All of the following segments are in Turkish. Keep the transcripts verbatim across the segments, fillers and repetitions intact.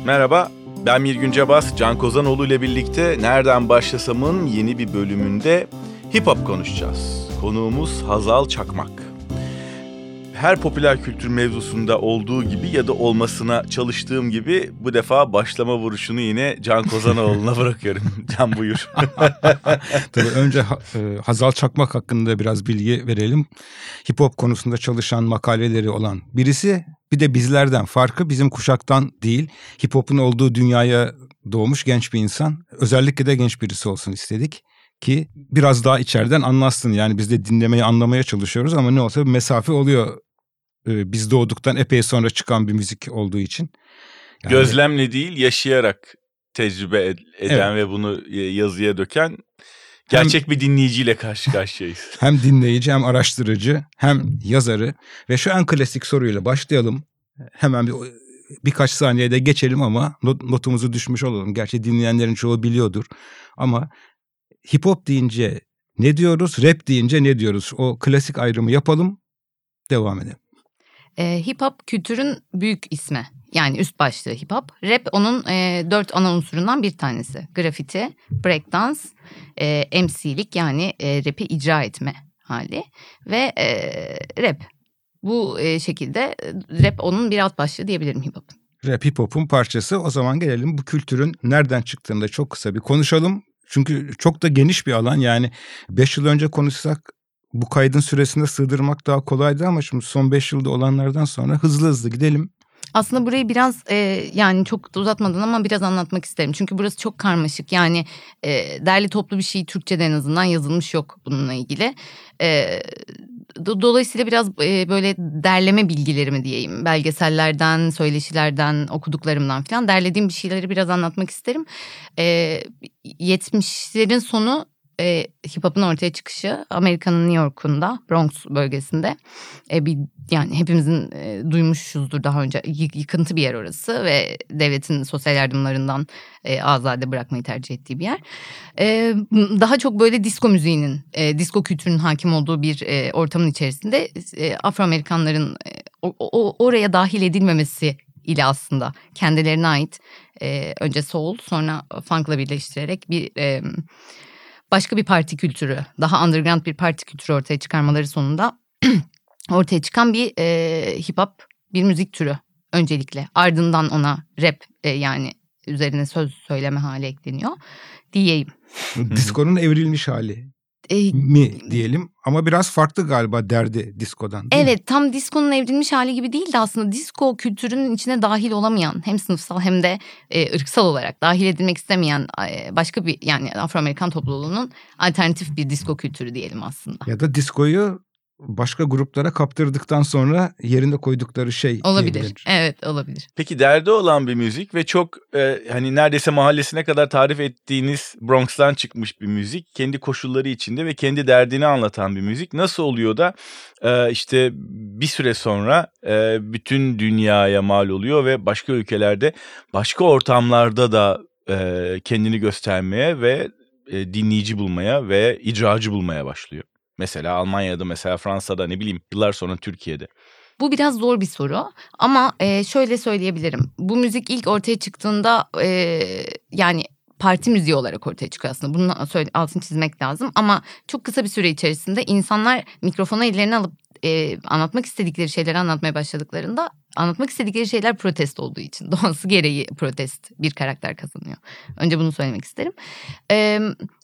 Merhaba, ben Mirgün Cabas, Can Kozanoğlu ile birlikte Nereden Başlasam'ın yeni bir bölümünde hip hop konuşacağız. Konuğumuz Hazal Çakmak. Her popüler kültür mevzusunda olduğu gibi ya da olmasına çalıştığım gibi bu defa başlama vuruşunu yine Can Kozanoğlu'na bırakıyorum. Can buyur. Tabii önce Hazal Çakmak hakkında biraz bilgi verelim. Hip hop konusunda çalışan makaleleri olan birisi, bir de bizlerden farkı bizim kuşaktan değil, hip hop'un olduğu dünyaya doğmuş genç bir insan. Özellikle de genç birisi olsun istedik ki biraz daha içeriden anlatsın. Yani biz de dinlemeye, anlamaya çalışıyoruz ama ne olsa bir mesafe oluyor. Biz doğduktan epey sonra çıkan bir müzik olduğu için. Yani... Gözlemle değil, yaşayarak tecrübe eden evet. Ve bunu yazıya döken gerçek hem, bir dinleyiciyle karşı karşıyayız. Hem dinleyici, hem araştırıcı, hem yazarı. Ve şu en klasik soruyla başlayalım. Hemen bir, birkaç saniyede geçelim ama not, notumuzu düşmüş olalım. Gerçi dinleyenlerin çoğu biliyordur. Ama hip hop deyince ne diyoruz, rap deyince ne diyoruz? O klasik ayrımı yapalım, devam edelim. E, hip hop kültürün büyük ismi. Yani üst başlığı hip hop. Rap onun e, dört ana unsurundan bir tanesi. Grafiti, breakdance, e, M C'lik yani e, rap'i icra etme hali ve e, rap. Bu e, şekilde rap onun bir alt başlığı diyebilirim hip hop'un. Rap hip hop'un parçası. O zaman gelelim bu kültürün nereden çıktığını da çok kısa bir konuşalım. Çünkü çok da geniş bir alan. Yani beş yıl önce konuşsak bu kaydın süresinde sığdırmak daha kolaydı ama şimdi son beş yılda olanlardan sonra hızlı hızlı gidelim. Aslında burayı biraz e, yani çok da uzatmadan ama biraz anlatmak isterim. Çünkü burası çok karmaşık. Yani e, derli toplu bir şey Türkçe'de en azından yazılmış yok bununla ilgili. E, do, dolayısıyla biraz e, böyle derleme bilgilerimi diyeyim. Belgesellerden, söyleşilerden, okuduklarımdan falan derlediğim bir şeyleri biraz anlatmak isterim. E, yetmişlerin sonu... E, hip hop'un ortaya çıkışı Amerika'nın New York'unda, Bronx bölgesinde e, bir yani hepimizin e, duymuşuzdur daha önce, y- yıkıntı bir yer orası ve devletin sosyal yardımlarından e, azade bırakmayı tercih ettiği bir yer. E, daha çok böyle disco müziğinin, e, disco kültürünün hakim olduğu bir e, ortamın içerisinde e, Afro-Amerikanların e, o, o, oraya dahil edilmemesi ile aslında kendilerine ait e, önce soul sonra funk'la birleştirerek bir e, başka bir parti kültürü, daha underground bir parti kültürü ortaya çıkarmaları sonunda ortaya çıkan bir e, hip hop, bir müzik türü öncelikle. Ardından ona rap e, yani üzerine söz söyleme hali ekleniyor diyeyim. Disco'nun evrilmiş hali e, mi diyelim ama biraz farklı galiba derdi diskodan. Evet, tam diskonun evrilmiş hali gibi değil de aslında disco kültürünün içine dahil olamayan, hem sınıfsal hem de e, ırksal olarak dahil edilmek istemeyen e, başka bir yani Afro-Amerikan topluluğunun alternatif bir disco kültürü diyelim aslında. Ya da diskoyu başka gruplara kaptırdıktan sonra yerinde koydukları şey olabilir. Diyebilir. Evet, olabilir. Peki derdi olan bir müzik ve çok e, hani neredeyse mahallesine kadar tarif ettiğiniz Bronx'tan çıkmış bir müzik. Kendi koşulları içinde ve kendi derdini anlatan bir müzik. Nasıl oluyor da e, işte bir süre sonra e, bütün dünyaya mal oluyor ve başka ülkelerde, başka ortamlarda da e, kendini göstermeye ve e, dinleyici bulmaya ve icracı bulmaya başlıyor. Mesela Almanya'da, mesela Fransa'da, ne bileyim yıllar sonra Türkiye'de. Bu biraz zor bir soru ama e, şöyle söyleyebilirim. Bu müzik ilk ortaya çıktığında e, yani parti müziği olarak ortaya çıkıyor aslında. Bunun söyle, altını çizmek lazım ama çok kısa bir süre içerisinde insanlar mikrofonu ellerine alıp e, anlatmak istedikleri şeyleri anlatmaya başladıklarında anlatmak istedikleri şeyler protest olduğu için doğası gereği protest bir karakter kazanıyor. Önce bunu söylemek isterim. E,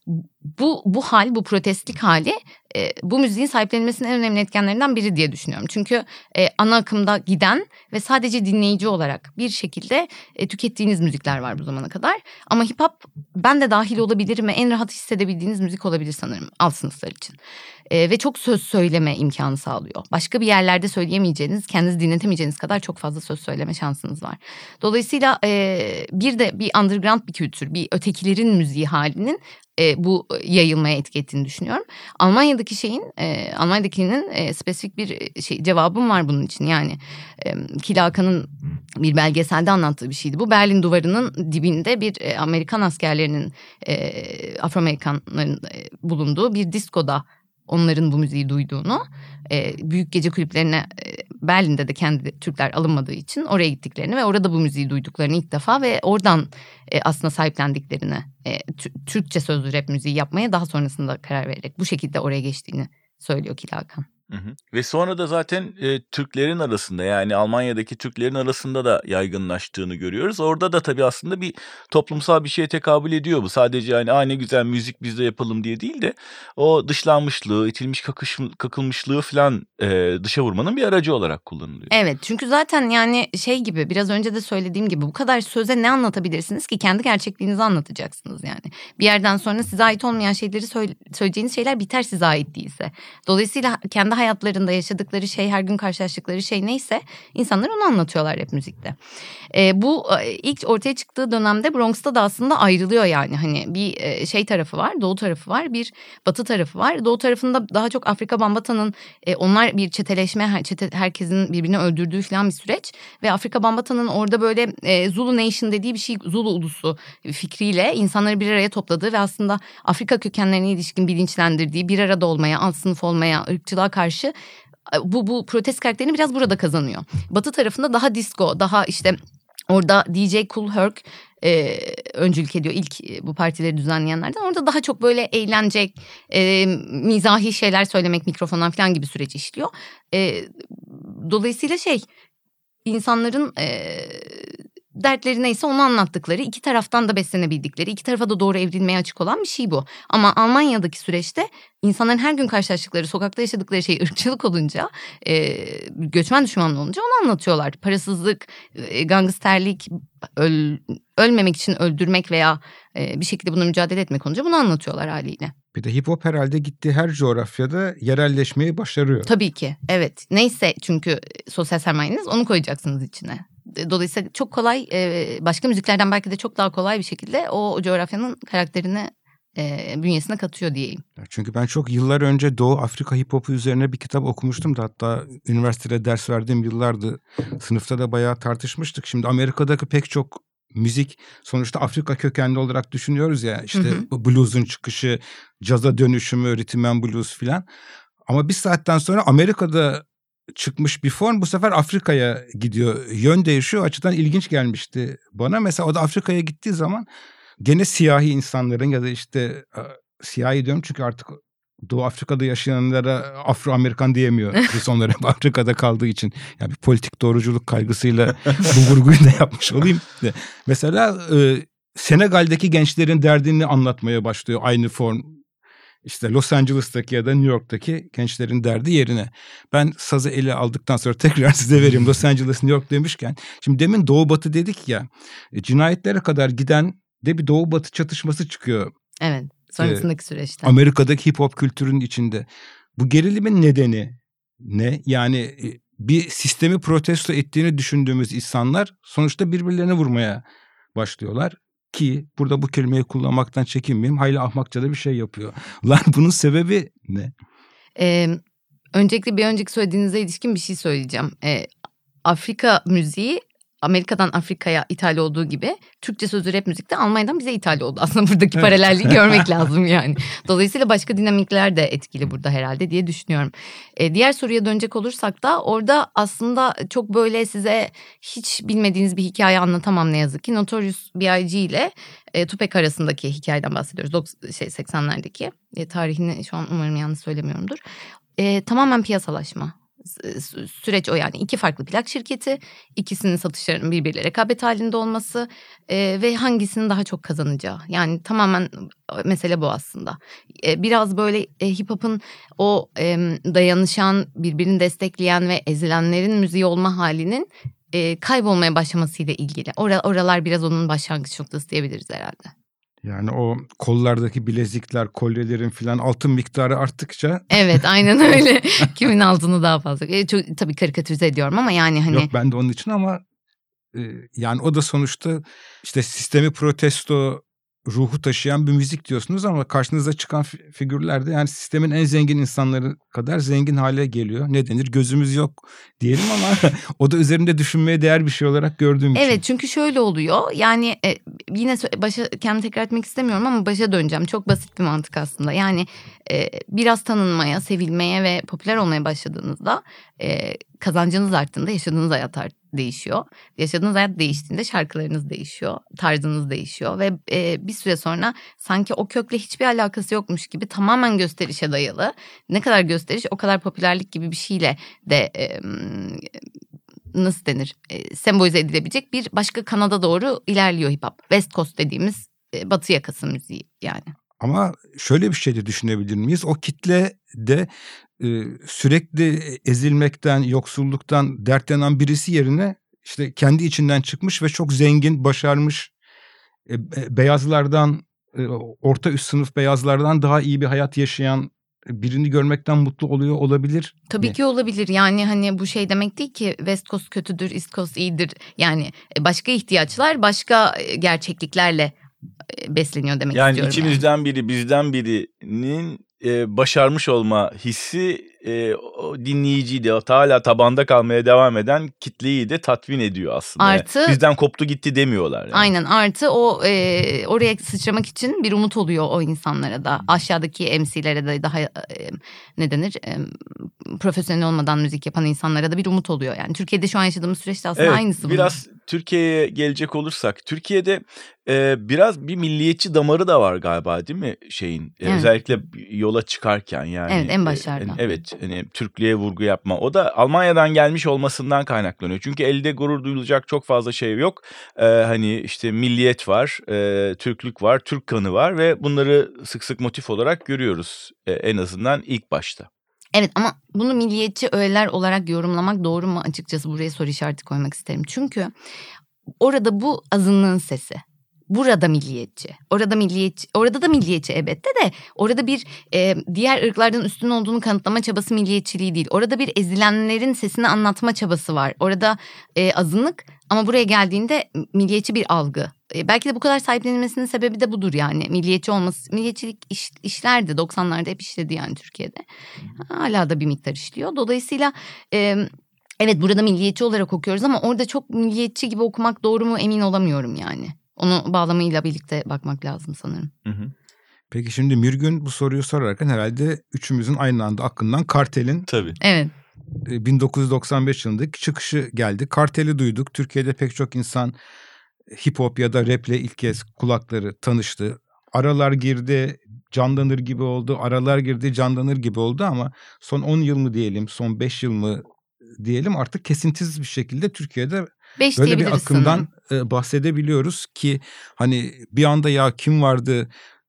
bu bu hal, bu protestlik hali e, bu müziğin sahiplenilmesinin en önemli etkenlerinden biri diye düşünüyorum. Çünkü e, ana akımda giden ve sadece dinleyici olarak bir şekilde e, tükettiğiniz müzikler var bu zamana kadar. Ama hip hop ben de dahil olabilirim ve en rahat hissedebildiğiniz müzik olabilir sanırım alt sınıflar için. E, ve çok söz söyleme imkanı sağlıyor. Başka bir yerlerde söyleyemeyeceğiniz, kendinizi dinletemeyeceğiniz kadar çok fazla söz söyleme şansınız var. Dolayısıyla e, bir de bir underground bir kültür, bir ötekilerin müziği halinin e, bu yayılmaya etki ettiğini düşünüyorum. Almanya'daki şeyin, e, Almanya'dakinin e, spesifik bir şey cevabım var bunun için. Yani e, Killa Hakan'ın bir belgeselde anlattığı bir şeydi. Bu Berlin Duvarı'nın dibinde bir e, Amerikan askerlerinin, e, Afro-Amerikanların e, bulunduğu bir diskoda onların bu müziği duyduğunu. E, büyük gece kulüplerine e, Berlin'de de kendi Türkler alınmadığı için oraya gittiklerini ve orada bu müziği duyduklarını ilk defa ve oradan e, aslında sahiplendiklerini e, t- Türkçe sözlü rap müziği yapmaya daha sonrasında karar vererek bu şekilde oraya geçtiğini söylüyor Killa Hakan. Hı hı. Ve sonra da zaten e, Türklerin arasında, yani Almanya'daki Türklerin arasında da yaygınlaştığını görüyoruz. Orada da tabii aslında bir toplumsal bir şeye tekabül ediyor bu. Sadece yani "Aa, ne güzel müzik, biz de yapalım" diye değil de o dışlanmışlığı, itilmiş kakış, kakılmışlığı falan e, dışa vurmanın bir aracı olarak kullanılıyor. Evet, çünkü zaten yani şey gibi, biraz önce de söylediğim gibi, bu kadar söze ne anlatabilirsiniz ki? Kendi gerçekliğinizi anlatacaksınız yani. Bir yerden sonra size ait olmayan şeyleri söyle, söyleyeceğiniz şeyler biter size ait değilse. Dolayısıyla kendi hayatlarında yaşadıkları şey, her gün karşılaştıkları şey neyse insanlar onu anlatıyorlar rap müzikte. E, bu e, ilk ortaya çıktığı dönemde Bronx'ta da aslında ayrılıyor yani. Hani bir e, şey tarafı var, doğu tarafı var, bir batı tarafı var. Doğu tarafında daha çok Afrika Bambaata'nın e, onlar bir çeteleşme, her, çete, herkesin birbirini öldürdüğü falan bir süreç. Ve Afrika Bambaata'nın orada böyle e, Zulu Nation dediği bir şey, Zulu ulusu fikriyle insanları bir araya topladığı ve aslında Afrika kökenlerine ilişkin bilinçlendirdiği, bir arada olmaya, alt sınıf olmaya, ırkçılığa karşı bu, bu protest karakterini biraz burada kazanıyor. Batı tarafında daha disco, daha işte orada D J Kool Herc e, öncülük ediyor ilk e, bu partileri düzenleyenlerden. Orada daha çok böyle eğlenecek, e, mizahi şeyler söylemek mikrofondan falan gibi süreç işliyor. E, dolayısıyla şey, insanların e, dertleri neyse onu anlattıkları, iki taraftan da beslenebildikleri, iki tarafa da doğru evrilmeye açık olan bir şey bu. Ama Almanya'daki süreçte insanların her gün karşılaştıkları, sokakta yaşadıkları şey ırkçılık olunca, e, göçmen düşmanlığı olunca onu anlatıyorlar. Parasızlık, e, gangsterlik, öl, ölmemek için öldürmek veya e, bir şekilde buna mücadele etmek olunca bunu anlatıyorlar haliyle. Bir de hip hop herhalde gittiği her coğrafyada yerelleşmeyi başarıyor. Tabii ki, evet. Neyse, çünkü sosyal sermayeniz, onu koyacaksınız içine. Dolayısıyla çok kolay, başka müziklerden belki de çok daha kolay bir şekilde o coğrafyanın karakterini bünyesine katıyor diyeyim. Çünkü ben çok yıllar önce Doğu Afrika hip hopu üzerine bir kitap okumuştum da, hatta üniversitede ders verdiğim yıllardı. Sınıfta da bayağı tartışmıştık. Şimdi Amerika'daki pek çok müzik sonuçta Afrika kökenli olarak düşünüyoruz ya, işte hı hı. blues'un çıkışı, caza dönüşümü, rhythm and blues filan. Ama bir saatten sonra Amerika'da çıkmış bir form bu sefer Afrika'ya gidiyor. Yön değişiyor. O açıdan ilginç gelmişti bana. Mesela o da Afrika'ya gittiği zaman gene siyahi insanların ya da işte siyahi diyorum çünkü artık Doğu Afrika'da yaşayanlara Afro-Amerikan diyemiyor. Biz onlara Afrika'da kaldığı için. Yani bir politik doğruculuk kaygısıyla bu vurguyu da yapmış olayım. Mesela e, Senegal'deki gençlerin derdini anlatmaya başlıyor aynı form. İşte Los Angeles'taki ya da New York'taki gençlerin derdi yerine. Ben sazı ele aldıktan sonra tekrar size vereyim. Los Angeles, New York demişken. Şimdi demin Doğu Batı dedik ya. Cinayetlere kadar giden de bir Doğu Batı çatışması çıkıyor. Evet. Sonrasındaki ee, süreçte. Amerika'daki hip hop kültürünün içinde. Bu gerilimin nedeni ne? Yani bir sistemi protesto ettiğini düşündüğümüz insanlar sonuçta birbirlerine vurmaya başlıyorlar. Ki burada bu kelimeyi kullanmaktan çekinmeyeyim. Hayli ahmakça da bir şey yapıyor. Lan bunun sebebi ne? Ee, öncelikle bir önceki söylediğinize ilişkin bir şey söyleyeceğim. Ee, Afrika müziği Amerika'dan Afrika'ya ithal olduğu gibi Türkçe sözlü rap müzikte Almanya'dan bize ithal oldu. Aslında buradaki paralelliği görmek lazım yani. Dolayısıyla başka dinamikler de etkili burada herhalde diye düşünüyorum. Ee, diğer soruya dönecek olursak da orada aslında çok böyle size hiç bilmediğiniz bir hikaye anlatamam ne yazık ki. Notorious B I G ile e, Tupac arasındaki hikayeden bahsediyoruz. doksan, şey, seksenlerdeki e, tarihini şu an umarım yanlış söylemiyorumdur. E, tamamen piyasalaşma. Süreç o yani. İki farklı plak şirketi, ikisinin satışlarının birbiriyle rekabet halinde olması e, ve hangisinin daha çok kazanacağı. Yani tamamen mesele bu aslında. E, biraz böyle e, hip hop'un o e, dayanışan, birbirini destekleyen ve ezilenlerin müziği olma halinin e, kaybolmaya başlamasıyla ilgili. Or- oralar biraz onun başlangıç noktası diyebiliriz herhalde. Yani o kollardaki bilezikler, kolyelerin filan altın miktarı arttıkça... Evet, aynen öyle. Kimin altını daha fazla. E, çok, tabii karikatürize ediyorum ama yani hani... Yok, ben de onun için ama e, yani o da sonuçta işte sistemi protesto ruhu taşıyan bir müzik diyorsunuz ama karşınıza çıkan figürler de yani sistemin en zengin insanları kadar zengin hale geliyor. Ne denir? Gözümüz yok diyelim ama o da üzerinde düşünmeye değer bir şey olarak gördüğüm için. Evet, çünkü şöyle oluyor. Yani e, yine başa kendimi tekrar etmek istemiyorum ama başa döneceğim. Çok basit bir mantık aslında. Yani e, biraz tanınmaya, sevilmeye ve popüler olmaya başladığınızda e, kazancınız arttığında yaşadığınız hayat değişiyor. Yaşadığınız hayat değiştiğinde şarkılarınız değişiyor, tarzınız değişiyor ve e, bir süre sonra sanki o kökle hiçbir alakası yokmuş gibi tamamen gösterişe dayalı. Ne kadar gösteriş o kadar popülerlik gibi bir şeyle de e, nasıl denir e, sembolize edilebilecek bir başka kanada doğru ilerliyor hip hop. West Coast dediğimiz e, batı yakası müziği yani. Ama şöyle bir şey de düşünebilir miyiz? O kitle de e, sürekli ezilmekten, yoksulluktan dertlenen birisi yerine işte kendi içinden çıkmış ve çok zengin, başarmış e, beyazlardan, e, orta üst sınıf beyazlardan daha iyi bir hayat yaşayan birini görmekten mutlu oluyor olabilir. Tabii mi? ki olabilir. Yani hani bu şey demek değil ki West Coast kötüdür, East Coast iyidir. Yani başka ihtiyaçlar, başka gerçekliklerle besleniyor demek yani istiyorum. İçimizden yani. biri, bizden birinin e, başarmış olma hissi e, o dinleyiciyi de hala tabanda kalmaya devam eden kitleyi de tatmin ediyor aslında. Artı, yani bizden koptu gitti demiyorlar. Yani. Aynen, artı o e, oraya sıçramak için bir umut oluyor o insanlara da. Aşağıdaki M C'lere de daha e, ne denir e, profesyonel olmadan müzik yapan insanlara da bir umut oluyor. Yani Türkiye'de şu an yaşadığımız süreçte aslında evet, aynısı. Biraz bunun. Türkiye'ye gelecek olursak, Türkiye'de e, biraz bir milliyetçi damarı da var galiba değil mi şeyin? Evet. Özellikle yola çıkarken yani. Evet, en başlarda. E, evet, hani Türklüğe vurgu yapma. O da Almanya'dan gelmiş olmasından kaynaklanıyor. Çünkü elde gurur duyulacak çok fazla şey yok. E, hani işte milliyet var, e, Türklük var, Türk kanı var ve bunları sık sık motif olarak görüyoruz e, en azından ilk başta. Evet, ama bunu milliyetçi öğeler olarak yorumlamak doğru mu, açıkçası buraya soru işareti koymak isterim. Çünkü orada bu azınlığın sesi. Burada milliyetçi. Orada milliyetçi. Orada da milliyetçi elbette de orada bir e, diğer ırklardan üstün olduğunu kanıtlama çabası milliyetçiliği değil. Orada bir ezilenlerin sesini anlatma çabası var. Orada e, azınlık ama buraya geldiğinde milliyetçi bir algı. E, belki de bu kadar sahiplenilmesinin sebebi de budur yani. Milliyetçi olması, milliyetçilik iş, işlerdi doksanlarda hep işledi yani Türkiye'de. Hala da bir miktar işliyor. Dolayısıyla e, evet burada milliyetçi olarak okuyoruz ama orada çok milliyetçi gibi okumak doğru mu emin olamıyorum yani. Onu bağlamıyla birlikte bakmak lazım sanırım. Hı hı. Peki şimdi Mürgün bu soruyu sorarken herhalde üçümüzün aynı anda aklından Kartel'in Tabii. Evet. bin dokuz yüz doksan beş yılındaki çıkışı geldi. Kartel'i duyduk. Türkiye'de pek çok insan hip hop ya da rap'le ilk kez kulakları tanıştı. Aralar girdi, canlanır gibi oldu. Aralar girdi, canlanır gibi oldu ama son on yıl mı diyelim, son beş yıl mı diyelim artık kesintisiz bir şekilde Türkiye'de Beş böyle bir akımdan sanırım. bahsedebiliyoruz ki hani bir anda ya kim vardı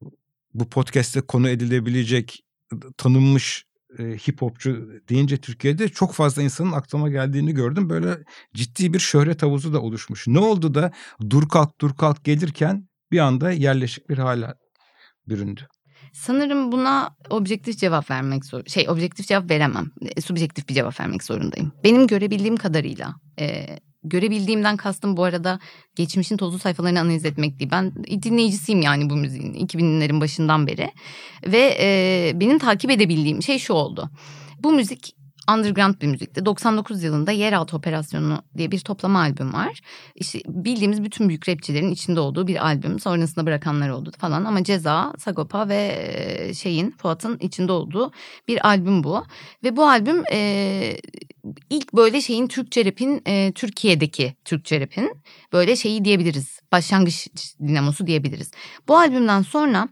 bu podcast'te konu edilebilecek tanınmış e, hip hopçu deyince Türkiye'de çok fazla insanın aklıma geldiğini gördüm. Böyle ciddi bir şöhret havuzu da oluşmuş. Ne oldu da dur kalk dur kalk gelirken bir anda yerleşik bir hale büründü? Sanırım buna objektif cevap vermek zor. Şey objektif cevap veremem. E, subjektif bir cevap vermek zorundayım. Benim görebildiğim kadarıyla e, görebildiğimden kastım bu arada geçmişin tozlu sayfalarını analiz etmek değil. Ben dinleyicisiyim yani bu müziğin iki binlerin başından beri. Ve e, benim takip edebildiğim şey şu oldu. Bu müzik underground bir müzikti. doksan dokuz yılında Yeraltı Operasyonu diye bir toplama albüm var. İşte bildiğimiz bütün büyük rapçilerin içinde olduğu bir albüm. Sonrasında bırakanlar oldu falan ama Ceza, Sagopa ve şeyin Fuat'ın içinde olduğu bir albüm bu. Ve bu albüm e, ilk böyle şeyin Türkçe rap'in e, Türkiye'deki Türkçe rap'in böyle şeyi diyebiliriz. Başlangıç dinamosu diyebiliriz. Bu albümden sonra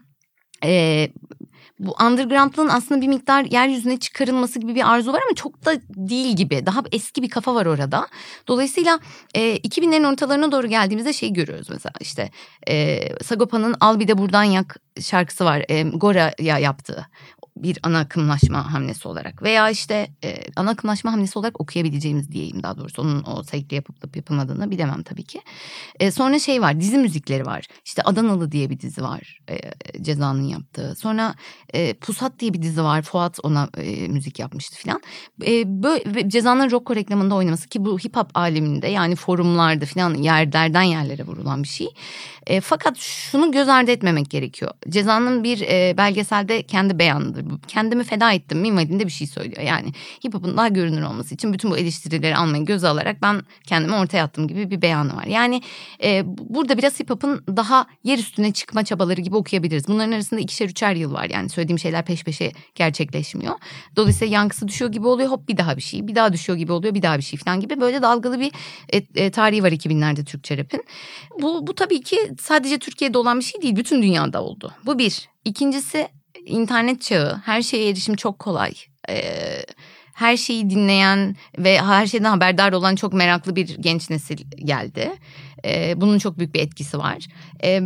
e, bu underground'lığın aslında bir miktar yeryüzüne çıkarılması gibi bir arzu var ama çok da değil gibi. Daha eski bir kafa var orada. Dolayısıyla e, iki binlerin ortalarına doğru geldiğimizde şey görüyoruz mesela işte e, Sagopa'nın Al Bir De Buradan Yak şarkısı var. E, Gora'ya yaptığı. bir ana akımlaşma hamlesi olarak veya işte e, ana akımlaşma hamlesi olarak okuyabileceğimiz diyeyim daha doğrusu. Onun o sayıklı yapıp yapılmadığını bilemem tabii ki. E, sonra şey var, dizi müzikleri var. İşte Adanalı diye bir dizi var e, Ceza'nın yaptığı. Sonra e, Pusat diye bir dizi var. Fuat ona e, müzik yapmıştı filan. E, böyle Ceza'nın Rocco reklamında oynaması ki bu hip hop aleminde yani forumlarda filan yerlerden yerlere vurulan bir şey. E, fakat şunu göz ardı etmemek gerekiyor. Ceza'nın bir e, belgeselde kendi beyanıdır. Kendimi feda ettim minvalinde bir şey söylüyor. Yani hip hop'un daha görünür olması için bütün bu eleştirileri almayı göze alarak ben kendimi ortaya attım gibi bir beyanı var. Yani e, burada biraz hip hop'un daha yer üstüne çıkma çabaları gibi okuyabiliriz. Bunların arasında ikişer üçer yıl var. Yani söylediğim şeyler peş peşe gerçekleşmiyor. Dolayısıyla yankısı düşüyor gibi oluyor. Hop bir daha bir şey. Bir daha düşüyor gibi oluyor. Bir daha bir şey falan gibi. Böyle dalgalı bir e, e, tarihi var iki binlerde Türkçe rap'in. Bu, bu tabii ki sadece Türkiye'de olan bir şey değil. Bütün dünyada oldu. Bu bir. İkincisi internet çağı. Her şeye erişim çok kolay. Ee, her şeyi dinleyen ve her şeyden haberdar olan çok meraklı bir genç nesil geldi. Ee, bunun çok büyük bir etkisi var. Ee,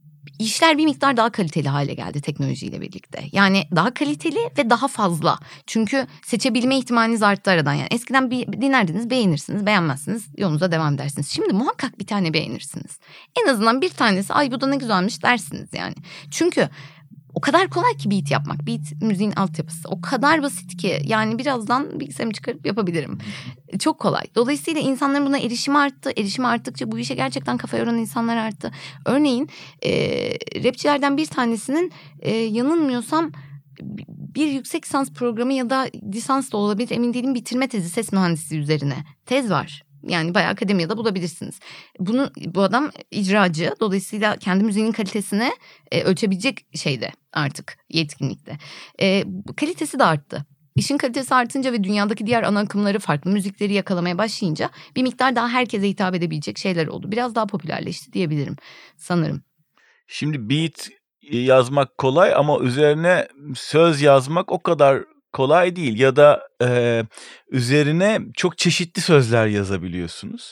İşler bir miktar daha kaliteli hale geldi teknolojiyle birlikte. Yani daha kaliteli ve daha fazla. Çünkü seçebilme ihtimaliniz arttı aradan. Yani eskiden bir dinlerdiniz, beğenirsiniz, beğenmezsiniz, yolunuza devam edersiniz. Şimdi muhakkak bir tane beğenirsiniz. En azından bir tanesi ay bu da ne güzelmiş dersiniz yani. Çünkü o kadar kolay ki beat yapmak. Beat müziğin altyapısı. O kadar basit ki yani birazdan bilgisayarımı çıkarıp yapabilirim. Çok kolay. Dolayısıyla insanların buna erişimi arttı. Erişimi arttıkça bu işe gerçekten kafa yoran insanlar arttı. Örneğin e, rapçilerden bir tanesinin e, yanılmıyorsam bir yüksek lisans programı ya da lisans da olabilir emin değilim bitirme tezi ses mühendisliği üzerine. Tez var. Yani bayağı akademiyada bulabilirsiniz. Bunu bu adam icracı. Dolayısıyla kendi müziğinin kalitesini e, ölçebilecek şeyde artık yetkinlikte. E, kalitesi de arttı. İşin kalitesi artınca ve dünyadaki diğer ana akımları farklı müzikleri yakalamaya başlayınca bir miktar daha herkese hitap edebilecek şeyler oldu. Biraz daha popülerleşti diyebilirim sanırım. Şimdi beat yazmak kolay ama üzerine söz yazmak o kadar kolay değil ya da e, üzerine çok çeşitli sözler yazabiliyorsunuz.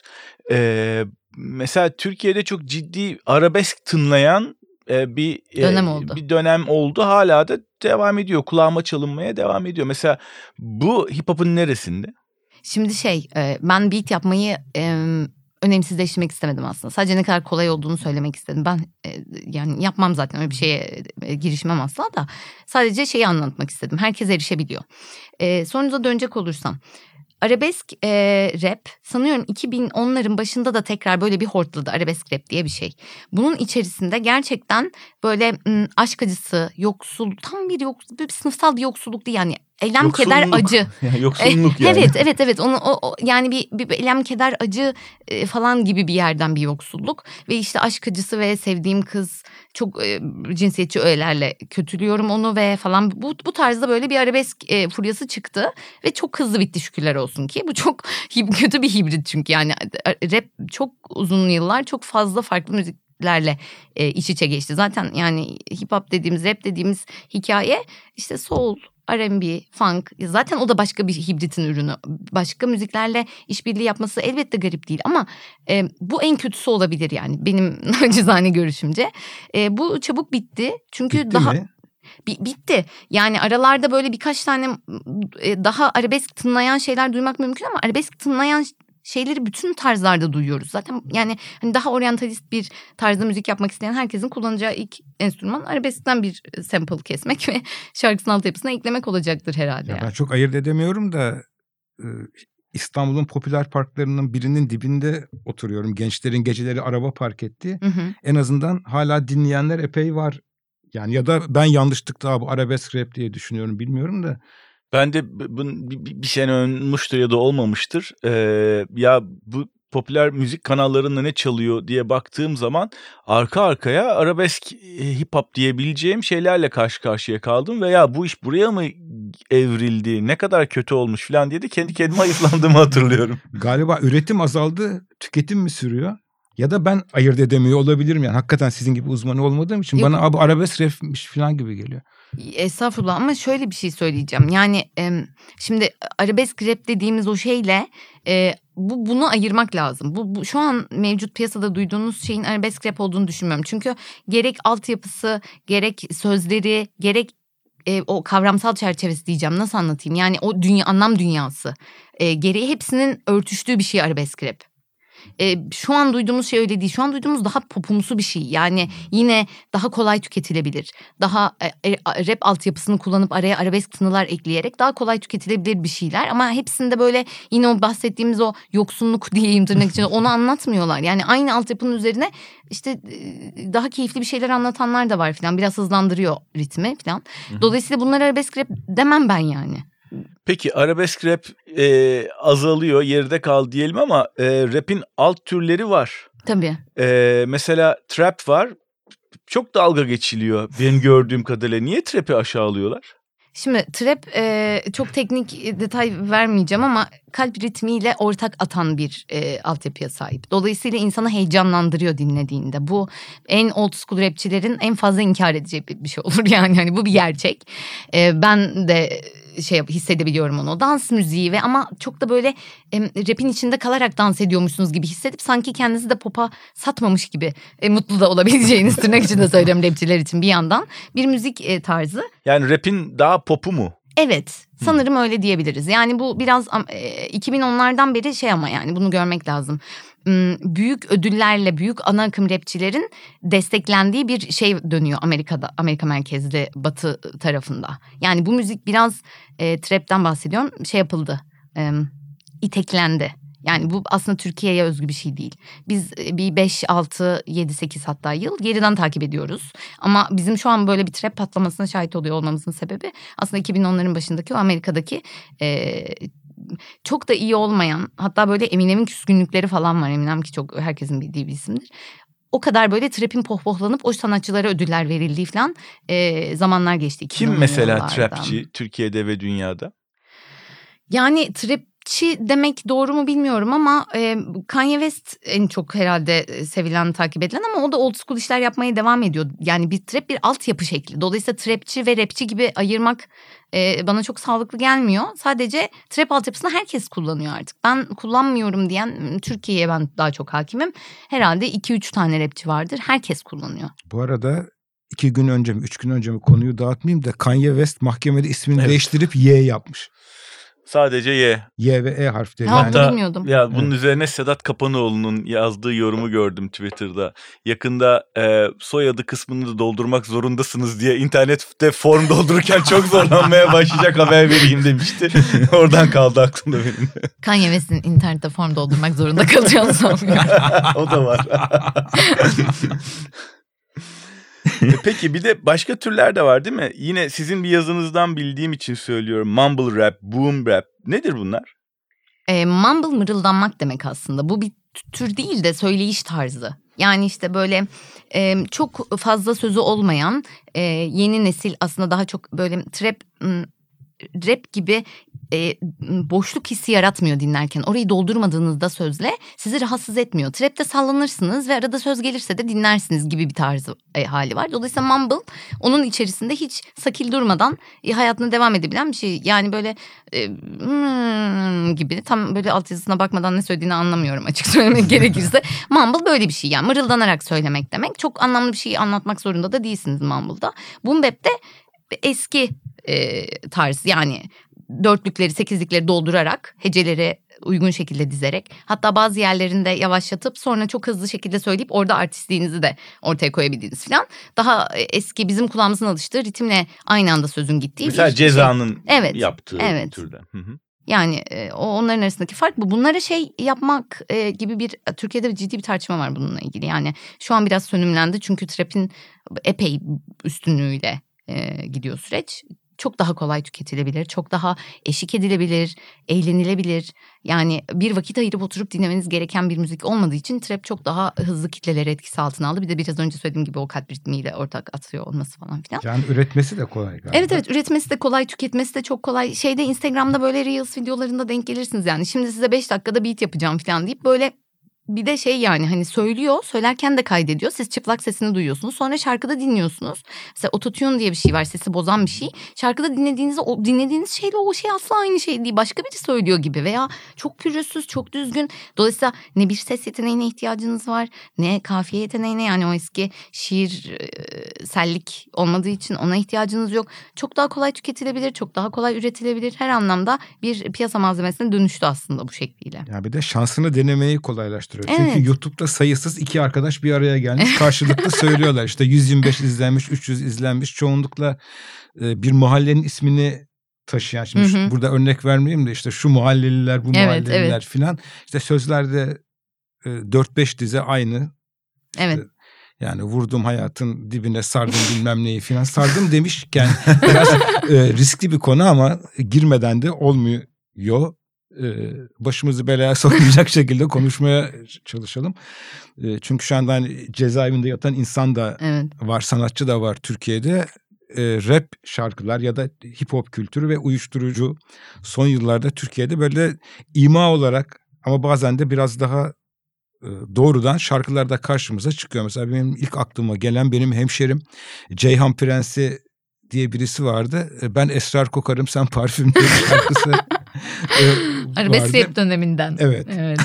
E, mesela Türkiye'de çok ciddi arabesk tınlayan e, bir dönem e, oldu. Bir dönem oldu. Hala da devam ediyor. Kulağıma çalınmaya devam ediyor. Mesela bu hip hop'un neresinde? Şimdi şey e, ben beat yapmayı e, önemsizleştirmek istemedim aslında. Sadece ne kadar kolay olduğunu söylemek istedim. Ben e, yani yapmam zaten öyle bir şeye e, girişmem asla da. Sadece şeyi anlatmak istedim. Herkes erişebiliyor. E, sorunuza dönecek olursam. Arabesk e, rap sanıyorum iki bin onların başında da tekrar böyle bir hortladı. Arabesk rap diye bir şey. Bunun içerisinde gerçekten böyle m, aşk acısı, yoksul, tam bir yoksul, bir sınıfsal bir yoksulluk değil yani. Elem, yoksunluk. Keder, acı. Yani yoksunluk yani. Evet, evet, evet. Onu o, o yani bir, bir elem, keder, acı e, falan gibi bir yerden bir yoksulluk ve işte aşk acısı ve sevdiğim kız çok e, cinsiyetçi öğelerle kötülüyorum onu ve falan bu bu tarzda böyle bir arabesk e, furyası çıktı ve çok hızlı bitti şükürler olsun ki. Bu çok kötü bir hibrit çünkü yani rap çok uzun yıllar çok fazla farklı müzik lerle e, iç içe geçti. Zaten yani hip hop dediğimiz, rap dediğimiz hikaye işte soul, R and B, funk, zaten o da başka bir hibritin ürünü. Başka müziklerle işbirliği yapması elbette garip değil ama e, bu en kötüsü olabilir yani benim nacizane görüşümce. E, bu çabuk bitti çünkü bitti daha... mi? Bitti. Yani aralarda böyle birkaç tane daha arabesk tınlayan şeyler duymak mümkün ama arabesk tınlayan şeyleri bütün tarzlarda duyuyoruz. Zaten yani hani daha oryantalist bir tarzda müzik yapmak isteyen herkesin kullanacağı ilk enstrüman arabeskten bir sample kesmek ve şarkısının altyapısına eklemek olacaktır herhalde. Ya yani. Ben çok ayırt edemiyorum da İstanbul'un popüler parklarının birinin dibinde oturuyorum. Gençlerin geceleri araba park ettiği. Hı hı. En azından hala dinleyenler epey var. Yani ya da ben yanlışlıkla bu arabesk rap diye düşünüyorum bilmiyorum da. Ben de bunun bir sene olmuştur ya da olmamıştır. Ee, ya bu popüler müzik kanallarında ne çalıyor diye baktığım zaman arka arkaya arabesk hip hop diyebileceğim şeylerle karşı karşıya kaldım. Ve ya bu iş buraya mı evrildi, ne kadar kötü olmuş falan diye de kendi kendime hayıflandığımı hatırlıyorum. Galiba üretim azaldı, tüketim mi sürüyor? Ya da ben ayırt edemiyor olabilirim yani. Hakikaten sizin gibi uzmanı olmadığım için Yok. bana abi arabesk rapmiş falan gibi geliyor. Estağfurullah ama şöyle bir şey söyleyeceğim. Yani e, şimdi arabesk rap dediğimiz o şeyle e, bu bunu ayırmak lazım. Bu, bu şu an mevcut piyasada duyduğunuz şeyin arabesk rap olduğunu düşünmüyorum. Çünkü gerek altyapısı, gerek sözleri, gerek e, o kavramsal çerçevesi diyeceğim, nasıl anlatayım? Yani o dünya, anlam dünyası e, gereği hepsinin örtüştüğü bir şey arabesk rap. E, şu an duyduğumuz şey öyle değil. Şu an duyduğumuz daha popumsu bir şey. Yani yine daha kolay tüketilebilir. Daha e, rap altyapısını kullanıp araya arabesk tınılar ekleyerek daha kolay tüketilebilir bir şeyler. Ama hepsinde böyle yine o bahsettiğimiz o yoksunluk diyeyim tırnak içinde onu anlatmıyorlar. Yani aynı altyapının üzerine işte daha keyifli bir şeyler anlatanlar da var falan. Biraz hızlandırıyor ritmi falan. Dolayısıyla bunlar arabesk rap demem ben yani. Peki arabesk rap e, azalıyor, geride kal diyelim ama e, rap'in alt türleri var. Tabii. E, mesela trap var. Çok dalga geçiliyor benim gördüğüm kadarıyla. Niye trap'i aşağılıyorlar? Şimdi trap e, çok teknik detay vermeyeceğim ama kalp ritmiyle ortak atan bir e, altyapıya sahip. Dolayısıyla insanı heyecanlandırıyor dinlediğinde. Bu en old school rapçilerin en fazla inkar edeceği bir şey olur yani. Hani bu bir gerçek. E, ben de şey hissedebiliyorum onu. Dans müziği ve ama çok da böyle e, rap'in içinde kalarak dans ediyormuşsunuz gibi hissedip sanki kendinizi de pop'a satmamış gibi e, mutlu da olabileceğiniz tırnak içinde söylüyorum rapçiler için bir yandan bir müzik e, tarzı. Yani rap'in daha popu mu? Evet, sanırım hmm. öyle diyebiliriz. Yani bu biraz e, iki bin onlardan beri şey ama yani bunu görmek lazım. Büyük ödüllerle büyük ana akım rapçilerin desteklendiği bir şey dönüyor Amerika'da, Amerika merkezli batı tarafında. Yani bu müzik biraz e, trap'ten bahsediyorum, şey yapıldı, e, iteklendi. Yani bu aslında Türkiye'ye özgü bir şey değil. Biz bir beş, altı, yedi, sekiz hatta yıl geriden takip ediyoruz. Ama bizim şu an böyle bir trap patlamasına şahit oluyor olmamızın sebebi aslında iki bin onların başındaki o Amerika'daki e, çok da iyi olmayan, hatta böyle Eminem'in küskünlükleri falan var. Eminem ki çok herkesin bildiği bir isimdir. O kadar böyle trap'in pohpohlanıp o sanatçılara ödüller verildiği falan e, zamanlar geçti. Kim mesela yıllardan. Trapçi Türkiye'de ve dünyada? Yani trap demek doğru mu bilmiyorum ama e, Kanye West en çok herhalde sevilen, takip edilen ama o da old school işler yapmaya devam ediyor. Yani bir trap bir altyapı şekli. Dolayısıyla trapçi ve rapçi gibi ayırmak e, bana çok sağlıklı gelmiyor. Sadece trap altyapısını herkes kullanıyor artık. Ben kullanmıyorum diyen, Türkiye'ye ben daha çok hakimim. Herhalde iki üç tane rapçi vardır. Herkes kullanıyor. Bu arada iki gün önce mi üç gün önce mi konuyu dağıtmayayım da Kanye West mahkemede ismini evet. değiştirip Y yapmış. Sadece Y. Y ve E harfleri. Hatta yani. Bilmiyordum. Ya bunun evet. üzerine Sedat Kapanoğlu'nun yazdığı yorumu gördüm Twitter'da. Yakında e, soyadı kısmını da doldurmak zorundasınız diye internette form doldururken çok zorlanmaya başlayacak haber vereyim demişti. Oradan kaldı aklımda benim. Kanye West'in internette form doldurmak zorunda kalacağını sanmıyorum. O da var. Peki bir de başka türler de var değil mi? Yine sizin bir yazınızdan bildiğim için söylüyorum. Mumble rap, boom rap. Nedir bunlar? E, mumble mırıldanmak demek aslında. Bu bir tür değil de söyleyiş tarzı. Yani işte böyle e, çok fazla sözü olmayan e, yeni nesil aslında daha çok böyle trap... rap gibi e, boşluk hissi yaratmıyor dinlerken. Orayı doldurmadığınızda sözle sizi rahatsız etmiyor. Trap'te sallanırsınız ve arada söz gelirse de dinlersiniz gibi bir tarzı e, hali var. Dolayısıyla mumble onun içerisinde hiç sakil durmadan e, hayatına devam edebilen bir şey. Yani böyle e, hmm gibi tam böyle altyazısına bakmadan ne söylediğini anlamıyorum açık söylemek gerekirse. Mumble böyle bir şey yani mırıldanarak söylemek demek. Çok anlamlı bir şey anlatmak zorunda da değilsiniz mumble'da. Boom bap'te eski e, tarz yani dörtlükleri sekizlikleri doldurarak heceleri uygun şekilde dizerek hatta bazı yerlerinde yavaşlatıp sonra çok hızlı şekilde söyleyip orada artistliğinizi de ortaya koyabildiğiniz falan daha eski bizim kulağımızın alıştığı ritimle aynı anda sözün gittiği. Mesela Ceza'nın şey. evet, yaptığı evet. türden. Hı hı. Yani e, o onların arasındaki fark bu. Bunlara şey yapmak e, gibi bir Türkiye'de ciddi bir tartışma var bununla ilgili. Yani şu an biraz sönümlendi çünkü trap'in epey üstünlüğüyle e, gidiyor süreç. Çok daha kolay tüketilebilir, çok daha eşlik edilebilir, eğlenilebilir. Yani bir vakit ayırıp oturup dinlemeniz gereken bir müzik olmadığı için trap çok daha hızlı kitleleri etkisi altına aldı. Bir de biraz önce söylediğim gibi o kalp ritmiyle ortak atıyor olması falan filan. Yani üretmesi de kolay galiba. Evet evet üretmesi de kolay, tüketmesi de çok kolay. Şeyde Instagram'da böyle Reels videolarında denk gelirsiniz yani. Şimdi size beş dakikada beat yapacağım falan deyip böyle bir de şey yani hani söylüyor, söylerken de kaydediyor. Siz çıplak sesini duyuyorsunuz. Sonra şarkıda dinliyorsunuz. Mesela ototune diye bir şey var, sesi bozan bir şey. Şarkıda dinlediğinizde o dinlediğiniz şeyle o şey asla aynı şey değil. Başka biri söylüyor gibi veya çok pürüzsüz, çok düzgün. Dolayısıyla ne bir ses yeteneğine ihtiyacınız var, ne kafiye yeteneğine, yani o eski şiirsellik olmadığı için ona ihtiyacınız yok. Çok daha kolay tüketilebilir, çok daha kolay üretilebilir. Her anlamda bir piyasa malzemesine dönüştü aslında bu şekliyle. Ya bir de şansını denemeyi kolaylaştırıyor. Evet. Çünkü YouTube'da sayısız iki arkadaş bir araya gelmiş, karşılıklı söylüyorlar. İşte yüz yirmi beş izlenmiş, üç yüz izlenmiş. Çoğunlukla e, bir mahallenin ismini taşıyan. Şimdi Hı hı. burada örnek vermeyeyim de işte şu mahalleliler, bu Evet, mahalleliler evet. filan. İşte sözlerde e, dört beş dize aynı. Evet. İşte, yani vurdum hayatın dibine, sardım bilmem neyi filan. Sardım demişken biraz e, riskli bir konu ama girmeden de olmuyor. Başımızı belaya sokmayacak şekilde konuşmaya çalışalım. Çünkü şu anda hani cezaevinde yatan insan da Evet. var, sanatçı da var Türkiye'de. Rap şarkılar ya da hip hop kültürü ve uyuşturucu son yıllarda Türkiye'de böyle ima olarak ama bazen de biraz daha doğrudan şarkılarda karşımıza çıkıyor. Mesela benim ilk aklıma gelen benim hemşerim Ceyhan Prensi diye birisi vardı. Ben esrar kokarım sen parfüm diye bir şarkısı Arabesk döneminden. Evet. Evet.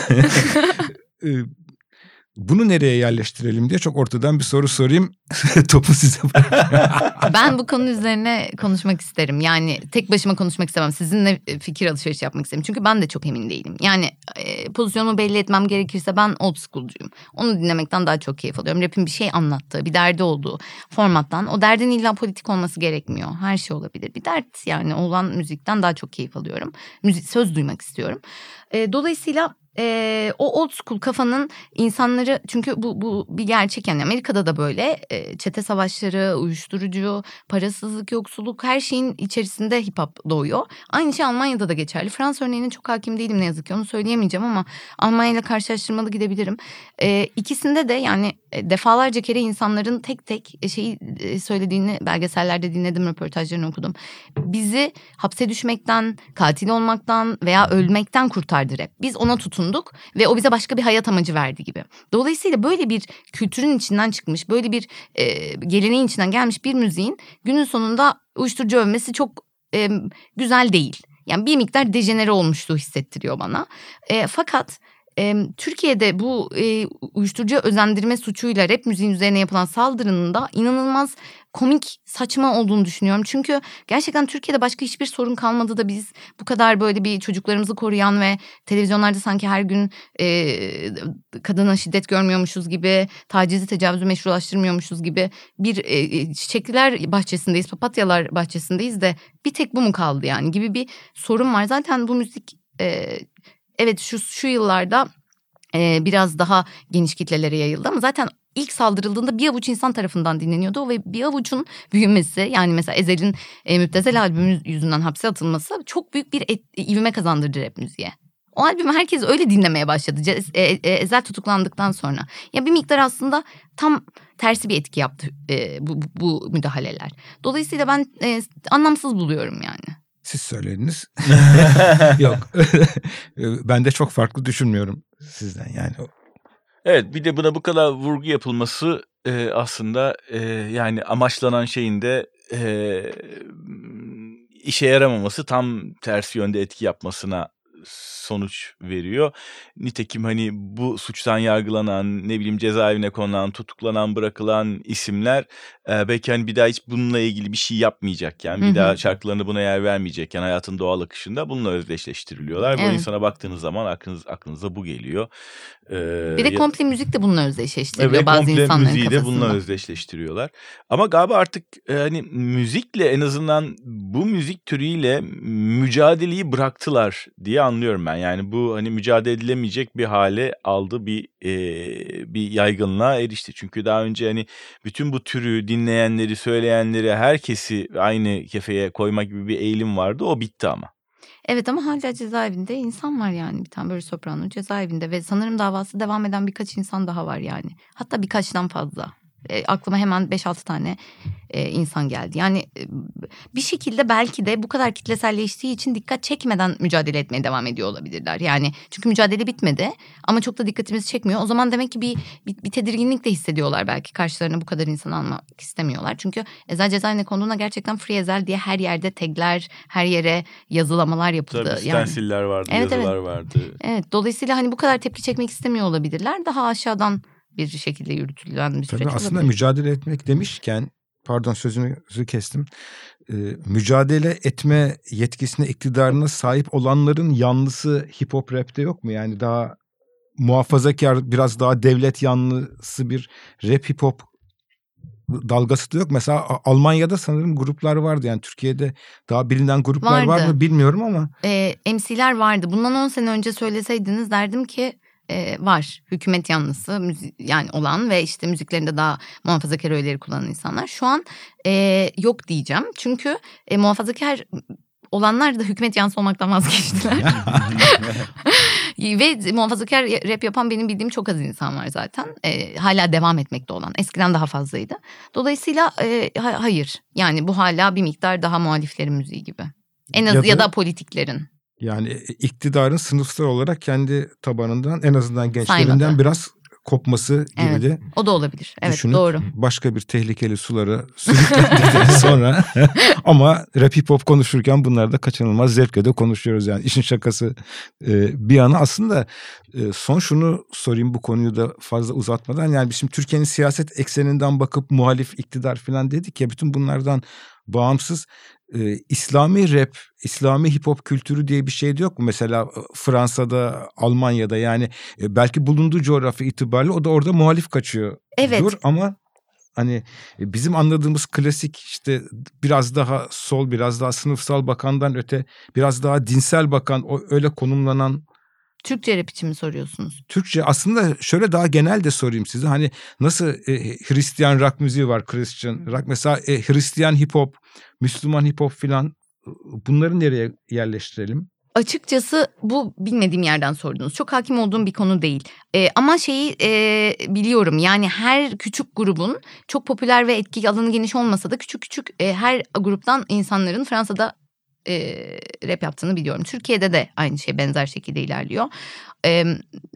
Bunu nereye yerleştirelim diye çok ortadan bir soru sorayım. Topu size bırakıyorum. Ben bu konu üzerine konuşmak isterim. Yani tek başıma konuşmak istemem. Sizinle fikir alışverişi yapmak isterim. Çünkü ben de çok emin değilim. Yani e, pozisyonumu belli etmem gerekirse ben old school'cuyum. Onu dinlemekten daha çok keyif alıyorum. Rap'in bir şey anlattığı, bir derdi olduğu formattan. O derdin illa politik olması gerekmiyor. Her şey olabilir. Bir dert yani olan müzikten daha çok keyif alıyorum. Müzik, söz duymak istiyorum. E, dolayısıyla... Ee, o old school kafanın insanları, çünkü bu bu bir gerçek yani Amerika'da da böyle e, çete savaşları, uyuşturucu, parasızlık, yoksulluk, her şeyin içerisinde hip hop doğuyor. Aynı şey Almanya'da da geçerli. Fransa örneğine çok hakim değilim ne yazık ki, onu söyleyemeyeceğim ama Almanya ile karşılaştırmalı gidebilirim. Ee, ikisinde de yani defalarca kere insanların tek tek şeyi söylediğini belgesellerde dinledim, röportajlarını okudum. Bizi hapse düşmekten, katil olmaktan veya ölmekten kurtardı rap. Biz ona tutunduk ve o bize başka bir hayat amacı verdi gibi. Dolayısıyla böyle bir kültürün içinden çıkmış, böyle bir e, geleneğin içinden gelmiş bir müziğin günün sonunda uyuşturucu övmesi çok e, güzel değil. Yani bir miktar dejenere olmuşluğu hissettiriyor bana. E, fakat e, Türkiye'de bu e, uyuşturucu özendirme suçuyla rap müziğin üzerine yapılan saldırının da inanılmaz komik, saçma olduğunu düşünüyorum. Çünkü gerçekten Türkiye'de başka hiçbir sorun kalmadı da biz bu kadar böyle bir çocuklarımızı koruyan ve televizyonlarda sanki her gün e, kadına şiddet görmüyormuşuz gibi, tacizi, tecavüzü meşrulaştırmıyormuşuz gibi bir e, çiçekliler bahçesindeyiz, papatyalar bahçesindeyiz de bir tek bu mu kaldı yani gibi bir sorun var. Zaten bu müzik e, evet şu şu yıllarda e, biraz daha geniş kitlelere yayıldı ama zaten İlk saldırıldığında bir avuç insan tarafından dinleniyordu ve bir avucun büyümesi, yani mesela Ezel'in e, Müptezel albümü yüzünden hapse atılması çok büyük bir et, ivme kazandırdı rap müziğe. O albümü herkes öyle dinlemeye başladı e, e, Ezel tutuklandıktan sonra. Ya bir miktar aslında tam tersi bir etki yaptı e, bu, bu, bu müdahaleler. Dolayısıyla ben e, anlamsız buluyorum yani. Siz söylediniz. Yok. Ben de çok farklı düşünmüyorum sizden yani. Evet, bir de buna bu kadar vurgu yapılması e, aslında e, yani amaçlanan şeyin de e, işe yaramaması, tam tersi yönde etki yapmasına sonuç veriyor. Nitekim hani bu suçtan yargılanan, ne bileyim cezaevine konulan, tutuklanan, bırakılan isimler e, belki hani bir daha hiç bununla ilgili bir şey yapmayacakken, bir Hı hı. daha şarkılarına buna yer vermeyecekken hayatın doğal akışında bununla özdeşleştiriliyorlar. Evet. Bu insana baktığınız zaman aklınız, aklınıza bu geliyor. Ee, Bir de ya- komple müzik de bununla özdeşleştiriliyor Evet, bazı komple insanların müziği de kafasında. bununla özdeşleştiriyorlar. Ama galiba artık e, hani müzikle, en azından bu müzik türüyle mücadeleyi bıraktılar diye anlıyorum ben. Yani bu hani mücadele edilemeyecek bir hale aldı, bir e, bir yaygınlığa erişti. Çünkü daha önce hani bütün bu türü dinleyenleri, söyleyenleri, herkesi aynı kefeye koyma gibi bir eğilim vardı. O bitti ama. Evet ama hala cezaevinde insan var yani, bir tane böyle soprano cezaevinde ve sanırım davası devam eden birkaç insan daha var yani. Hatta birkaçtan fazla. E, aklıma hemen beş altı tane e, insan geldi. Yani e, bir şekilde belki de bu kadar kitleselleştiği için dikkat çekmeden mücadele etmeye devam ediyor olabilirler. Yani çünkü mücadele bitmedi ama çok da dikkatimizi çekmiyor. O zaman demek ki bir, bir, bir tedirginlik de hissediyorlar belki. Karşılarına bu kadar insan almak istemiyorlar. Çünkü Ezel cezaevine konduğunda gerçekten Free Ezel diye her yerde tagler, her yere yazılamalar yapıldı. Tabii stensiller yani vardı, evet, yazılar evet. vardı. Evet, dolayısıyla hani bu kadar tepki çekmek istemiyor olabilirler. Daha aşağıdan bir şekilde yürütülen bir süreç Tabii aslında olabilir. mücadele etmek demişken, pardon sözünüzü kestim. Ee, mücadele etme yetkisine, iktidarına sahip olanların yanlısı hip hop rapte yok mu? Yani daha muhafazakar, biraz daha devlet yanlısı bir rap hip hop dalgası da yok. Mesela Almanya'da sanırım gruplar vardı. Yani Türkiye'de daha bilinen gruplar vardı. var mı bilmiyorum ama. Ee, M C'ler vardı. Bundan on sene önce söyleseydiniz derdim ki e, var. Hükümet yanlısı müzi- yani olan ve işte müziklerinde daha muhafazakar öğeleri kullanan insanlar. Şu an e, yok diyeceğim. Çünkü e, muhafazakar olanlar da hükümet yanlısı olmaktan vazgeçtiler. Ve muhafazakar rap yapan benim bildiğim çok az insan var zaten. E, hala devam etmekte olan. Eskiden daha fazlaydı. Dolayısıyla e, ha, hayır. Yani bu hala bir miktar daha muhaliflerin müziği gibi. En az ya da, ya da politiklerin. Yani iktidarın sınıfsal olarak kendi tabanından, en azından gençlerinden Saymadı. biraz kopması gibi evet, de o da olabilir. Evet, düşünüp doğru. başka bir tehlikeli sulara sürüklendikten sonra ama rap hip hop konuşurken bunlar da kaçınılmaz zevkle de konuşuyoruz yani. İşin şakası bir yana, aslında son şunu sorayım bu konuyu da fazla uzatmadan. Yani biz şimdi Türkiye'nin siyaset ekseninden bakıp muhalif, iktidar falan dedik ya, bütün bunlardan bağımsız Ee, İslami rap, İslami hip hop kültürü diye bir şey de yok mu? Mesela Fransa'da, Almanya'da, yani e, belki bulunduğu coğrafya itibariyle o da orada muhalif kaçıyor. Evet. Dur, ama hani e, bizim anladığımız klasik işte biraz daha sol, biraz daha sınıfsal bakandan öte, biraz daha dinsel bakan, o öyle konumlanan. Türkçe rap için mi soruyorsunuz? Türkçe aslında şöyle daha genel de sorayım size. Hani nasıl e, Hristiyan rock müziği var, Christian rock. Mesela e, Hristiyan hip hop, Müslüman hip hop filan, bunları nereye yerleştirelim? Açıkçası bu bilmediğim yerden sordunuz. Çok hakim olduğum bir konu değil. Ee, ama şeyi e, biliyorum, yani her küçük grubun çok popüler ve etki alanı geniş olmasa da küçük küçük e, her gruptan insanların Fransa'da e, rap yaptığını biliyorum. Türkiye'de de aynı şey benzer şekilde ilerliyor. Evet.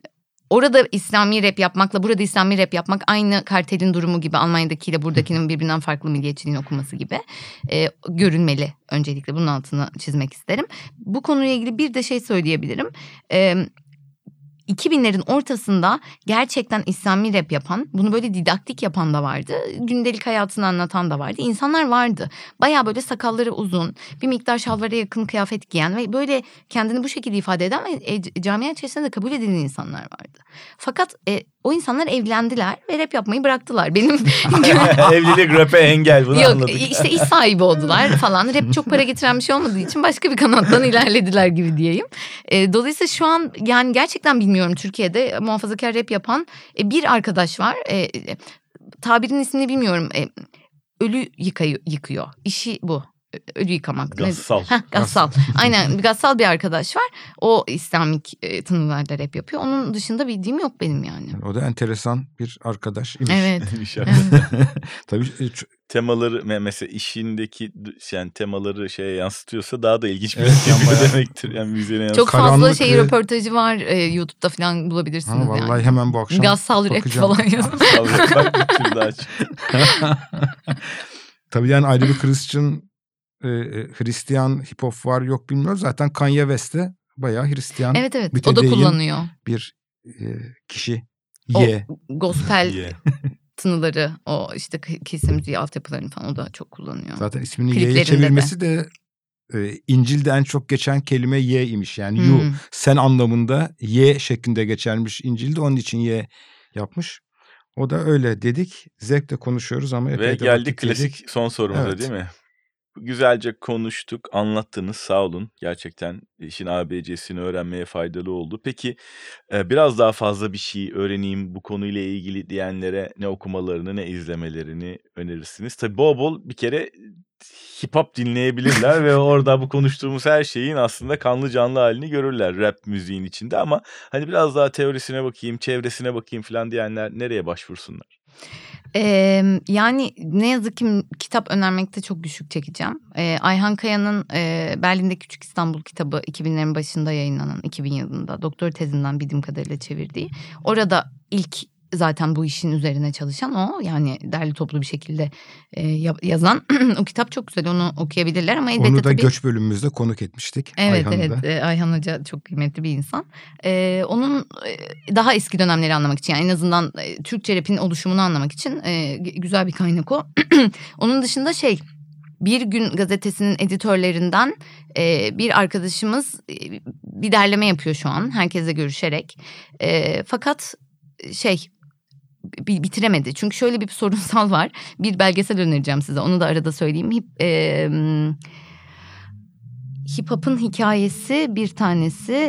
Orada İslami rap yapmakla burada İslami rap yapmak aynı Kartel'in durumu gibi, Almanya'dakiyle buradakinin birbirinden farklı milliyetçiliğin okunması gibi e, görünmeli. Öncelikle bunun altını çizmek isterim. Bu konuyla ilgili bir de şey söyleyebilirim. E, iki binlerin ortasında gerçekten İslami rap yapan, bunu böyle didaktik yapan da vardı. Gündelik hayatını anlatan da vardı. İnsanlar vardı. Bayağı böyle sakalları uzun, bir miktar şalvara yakın kıyafet giyen ve böyle kendini bu şekilde ifade eden ve e, camia içerisinde de kabul edilen insanlar vardı. Fakat e, o insanlar evlendiler ve rap yapmayı bıraktılar. Benim evlilik rap'e engel, bunu Yok, anladık. işte iş sahibi oldular falan. Rap çok para getiren bir şey olmadığı için başka bir kanattan ilerlediler gibi diyeyim. E, dolayısıyla şu an yani gerçekten bilmiyorum, Türkiye'de muhafazakar rap yapan e, bir arkadaş var. E, tabirin ismini bilmiyorum. E, ölü yıkayı, yıkıyor. İşi bu. Ölü yıkamak. Gassal. Heh, gassal. Aynen, gassal bir arkadaş var. O İslamik e, tınılarda rap yapıyor. Onun dışında bildiğim yok benim yani. O da enteresan bir arkadaş imiş. Evet. Tabii temaları mesela işindeki yani temaları şeye yansıtıyorsa daha da ilginç bir evet, şey demektir. Yani müziğine yansıtıyor. Çok fazla şey ve... röportajı var e, YouTube'da falan bulabilirsiniz. Ha, vallahi yani. Hemen bu akşam gassal rap falan yazın. Gassal rap, bak bir tür daha çıktı. Tabii yani ayrı bir Christian e, Hristiyan hip hop var yok bilmiyorum. Zaten Kanye West de bayağı Hristiyan. Evet evet, o da kullanıyor. Bir e, kişi. O Ye. gospel yeah. tınıları, o işte kilise müziği altyapılarını falan o da çok kullanıyor. Zaten ismini Ye'ye çevirmesi de, de e, İncil'de en çok geçen kelime Ye imiş. Yani hmm. you, sen anlamında Ye şeklinde geçermiş İncil'de, onun için Ye yapmış. O da öyle dedik. Zevkle konuşuyoruz ama epey ve de geldik klasik yedik. Son sorumuza, evet. Değil mi? Güzelce konuştuk, anlattınız, sağ olun. Gerçekten işin A B C'sini öğrenmeye faydalı oldu. Peki biraz daha fazla bir şey öğreneyim bu konuyla ilgili diyenlere ne okumalarını ne izlemelerini önerirsiniz? Tabii bol bol bir kere hip hop dinleyebilirler ve orada bu konuştuğumuz her şeyin aslında kanlı canlı halini görürler rap müziğin içinde. Ama hani biraz daha teorisine bakayım, çevresine bakayım falan diyenler nereye başvursunlar? Ee, yani ne yazık ki kitap önermekte çok güçlük çekeceğim. Ee, Ayhan Kaya'nın e, Berlin'de Küçük İstanbul kitabı iki binlerin başında yayınlanan, iki bin yılında doktor tezinden bildiğim kadarıyla çevirdiği. Orada ilk zaten bu işin üzerine çalışan o, yani derli toplu bir şekilde e, yazan o kitap çok güzel, onu okuyabilirler ama elbette onu da tabii... göç bölümümüzde konuk etmiştik. Evet Ayhan'ı evet da. e, Ayhan Hoca çok kıymetli bir insan. E, onun e, daha eski dönemleri anlamak için, yani en azından e, Türkçe rap'in oluşumunu anlamak için e, güzel bir kaynak o. Onun dışında şey, Bir Gün gazetesinin editörlerinden e, bir arkadaşımız e, bir derleme yapıyor şu an herkesle görüşerek. E, fakat şey bitiremedi. Çünkü şöyle bir sorunsal var. Bir belgesel önereceğim size. Onu da arada söyleyeyim. Hip, e, Hip Hop'un hikayesi bir tanesi,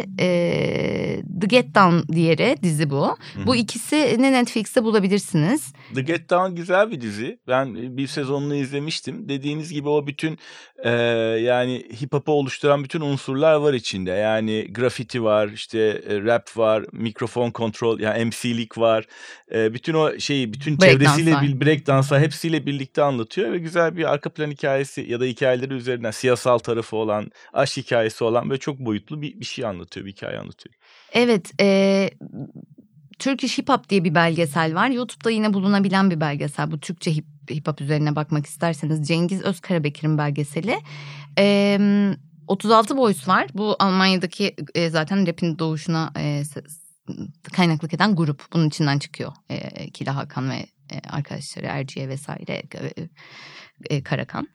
e, The Get Down diğeri, dizi bu. Hı-hı. Bu ikisini Netflix'te bulabilirsiniz. The Get Down güzel bir dizi. Ben bir sezonunu izlemiştim. Dediğiniz gibi o bütün e, yani hip hop'u oluşturan bütün unsurlar var içinde. Yani grafiti var, işte e, rap var, mikrofon kontrol, yani M C'lik var. E, bütün o şeyi, bütün break çevresiyle bir breakdance'lar hepsiyle birlikte anlatıyor ve güzel bir arka plan hikayesi ya da hikayeleri üzerinden siyasal tarafı olan, aşk hikayesi olan böyle çok boyutlu bir, bir şey anlatıyor, bir hikaye anlatıyor. Evet, e, Turkish Hip Hop diye bir belgesel var. YouTube'da yine bulunabilen bir belgesel. Bu Türkçe hip, hip hop üzerine bakmak isterseniz Cengiz Özkarabekir'in belgeseli. E, otuz altı Boys var. Bu Almanya'daki e, zaten rap'in doğuşuna e, kaynaklık eden grup. Bunun içinden çıkıyor. E, Kila Hakan ve e, arkadaşları Erciye vesaire, e, e, Karakan.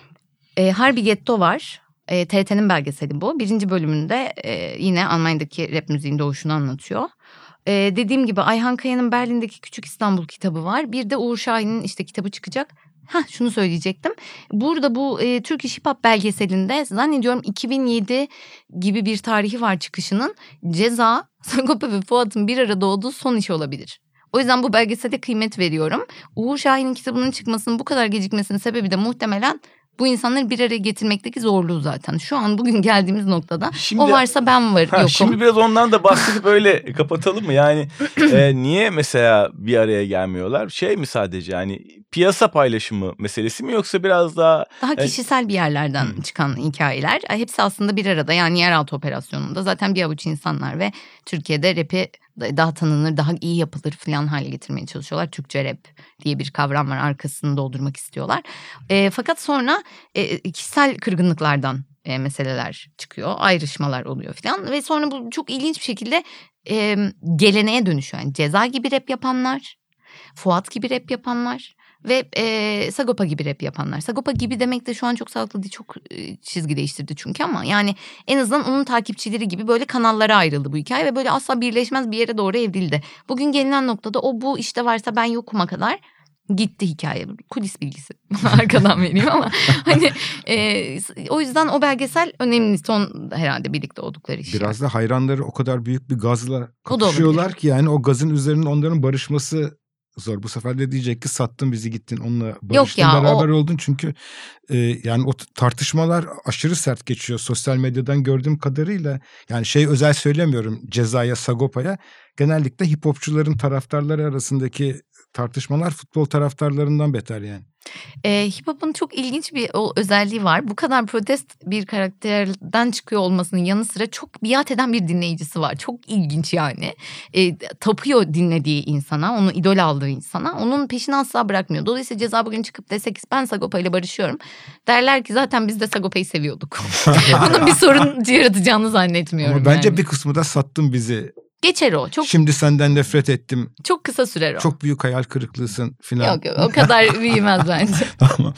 E, Harbi Getto var. E, T R T'nin belgeseli bu. Birinci bölümünde e, yine Almanya'daki rap müziğin doğuşunu anlatıyor. E, dediğim gibi Ayhan Kaya'nın Berlin'deki Küçük İstanbul kitabı var. Bir de Uğur Şahin'in işte kitabı çıkacak. Hah, şunu söyleyecektim. Burada bu e, Turkish Hip Hop belgeselinde zannediyorum iki bin yedi gibi bir tarihi var çıkışının. Ceza, Sagopa ve Fuat'ın bir arada olduğu son iş olabilir. O yüzden bu belgesele kıymet veriyorum. Uğur Şahin'in kitabının çıkmasının bu kadar gecikmesinin sebebi de muhtemelen bu insanları bir araya getirmekteki zorluğu zaten. Şu an bugün geldiğimiz noktada şimdi, o varsa ben var, ha, yokum. Şimdi biraz ondan da bahsedip öyle kapatalım mı? Yani e, niye mesela bir araya gelmiyorlar? Şey mi sadece, yani piyasa paylaşımı meselesi mi, yoksa biraz daha... Daha kişisel bir yerlerden hmm. çıkan hikayeler. Hepsi aslında bir arada, yani yeraltı operasyonunda. Zaten bir avuç insanlar ve Türkiye'de rap'i daha tanınır, daha iyi yapılır falan hale getirmeye çalışıyorlar. Türkçe rap diye bir kavram var, arkasını doldurmak istiyorlar. E, fakat sonra e, kişisel kırgınlıklardan e, meseleler çıkıyor, ayrışmalar oluyor falan. Ve sonra bu çok ilginç bir şekilde e, geleneğe dönüşüyor. Yani Ceza gibi rap yapanlar, Fuat gibi rap yapanlar ve e, Sagopa gibi rap yapanlar. Sagopa gibi demek de şu an çok sağlıklı değil, çok e, çizgi değiştirdi çünkü, ama yani en azından onun takipçileri gibi böyle kanallara ayrıldı bu hikaye ve böyle asla birleşmez bir yere doğru evrildi. Bugün gelinen noktada o bu işte varsa ben yokuma kadar gitti hikaye. Kulis bilgisi arkadan vereyim ama hani e, o yüzden o belgesel önemli, son herhalde birlikte oldukları iş. Biraz da hayranları o kadar büyük bir gazla kapışıyorlar ki yani o gazın üzerinde onların barışması zor. Bu sefer de diyecek ki sattın bizi, gittin onunla barıştın, ya, beraber o... oldun. Çünkü e, yani o tartışmalar aşırı sert geçiyor. Sosyal medyadan gördüğüm kadarıyla, yani şey özel söylemiyorum Ceza'ya, Sagopa'ya, genellikle hip hopçuların taraftarları arasındaki tartışmalar futbol taraftarlarından beter yani. E, hip hop'un çok ilginç bir o özelliği var. Bu kadar protest bir karakterden çıkıyor olmasının yanı sıra çok biat eden bir dinleyicisi var. Çok ilginç yani. E, tapıyor dinlediği insana, onu idol aldığı insana. Onun peşini asla bırakmıyor. Dolayısıyla Ceza bugün çıkıp dese ki ben Sagopa ile barışıyorum, derler ki zaten biz de Sagopa'yı seviyorduk. Bunun bir sorun yaratacağını zannetmiyorum. Ama bence yani. Bir kısmı da sattın bizi. Geçer o. Çok, şimdi senden nefret ettim. Çok kısa sürer o. Çok büyük hayal kırıklığısın filan. Yok yok, o kadar büyümez bence. Tamam.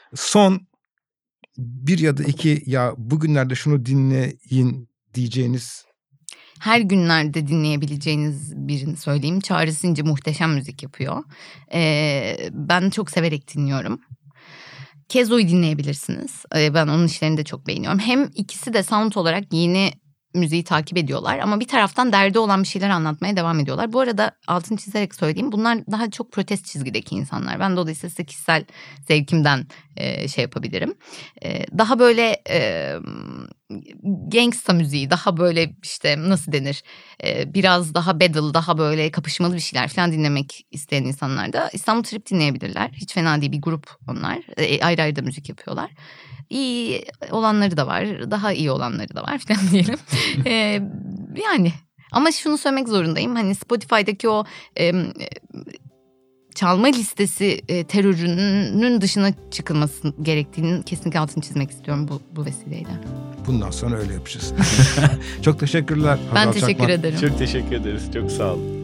Son bir ya da iki, ya bugünlerde şunu dinleyin diyeceğiniz. Her günlerde dinleyebileceğiniz birini söyleyeyim. Çağrı Sinci muhteşem müzik yapıyor. Ee, ben çok severek dinliyorum. Kezo'yu dinleyebilirsiniz. Ee, ben onun işlerini de çok beğeniyorum. Hem ikisi de sound olarak yeni müziği takip ediyorlar ama bir taraftan derdi olan bir şeyler anlatmaya devam ediyorlar. Bu arada altını çizerek söyleyeyim, bunlar daha çok protest çizgideki insanlar. Ben dolayısıyla size kişisel zevkimden e, şey yapabilirim. E, daha böyle e, gangsta müziği, daha böyle işte nasıl denir, e, biraz daha battle, daha böyle kapışmalı bir şeyler falan dinlemek isteyen insanlar da İstanbul Trip dinleyebilirler. Hiç fena değil, bir grup onlar. E, ayrı ayrı da müzik yapıyorlar. İyi olanları da var, daha iyi olanları da var falan diyelim. e, yani ama şunu söylemek zorundayım. Hani Spotify'daki o e, çalma listesi e, terörünün dışına çıkılması gerektiğini kesinlikle altını çizmek istiyorum bu, bu vesileyle. Bundan sonra öyle yapacağız. Çok teşekkürler. Ben Hazal teşekkür Çakmak. ederim. Çok teşekkür ederiz. Çok sağ olun.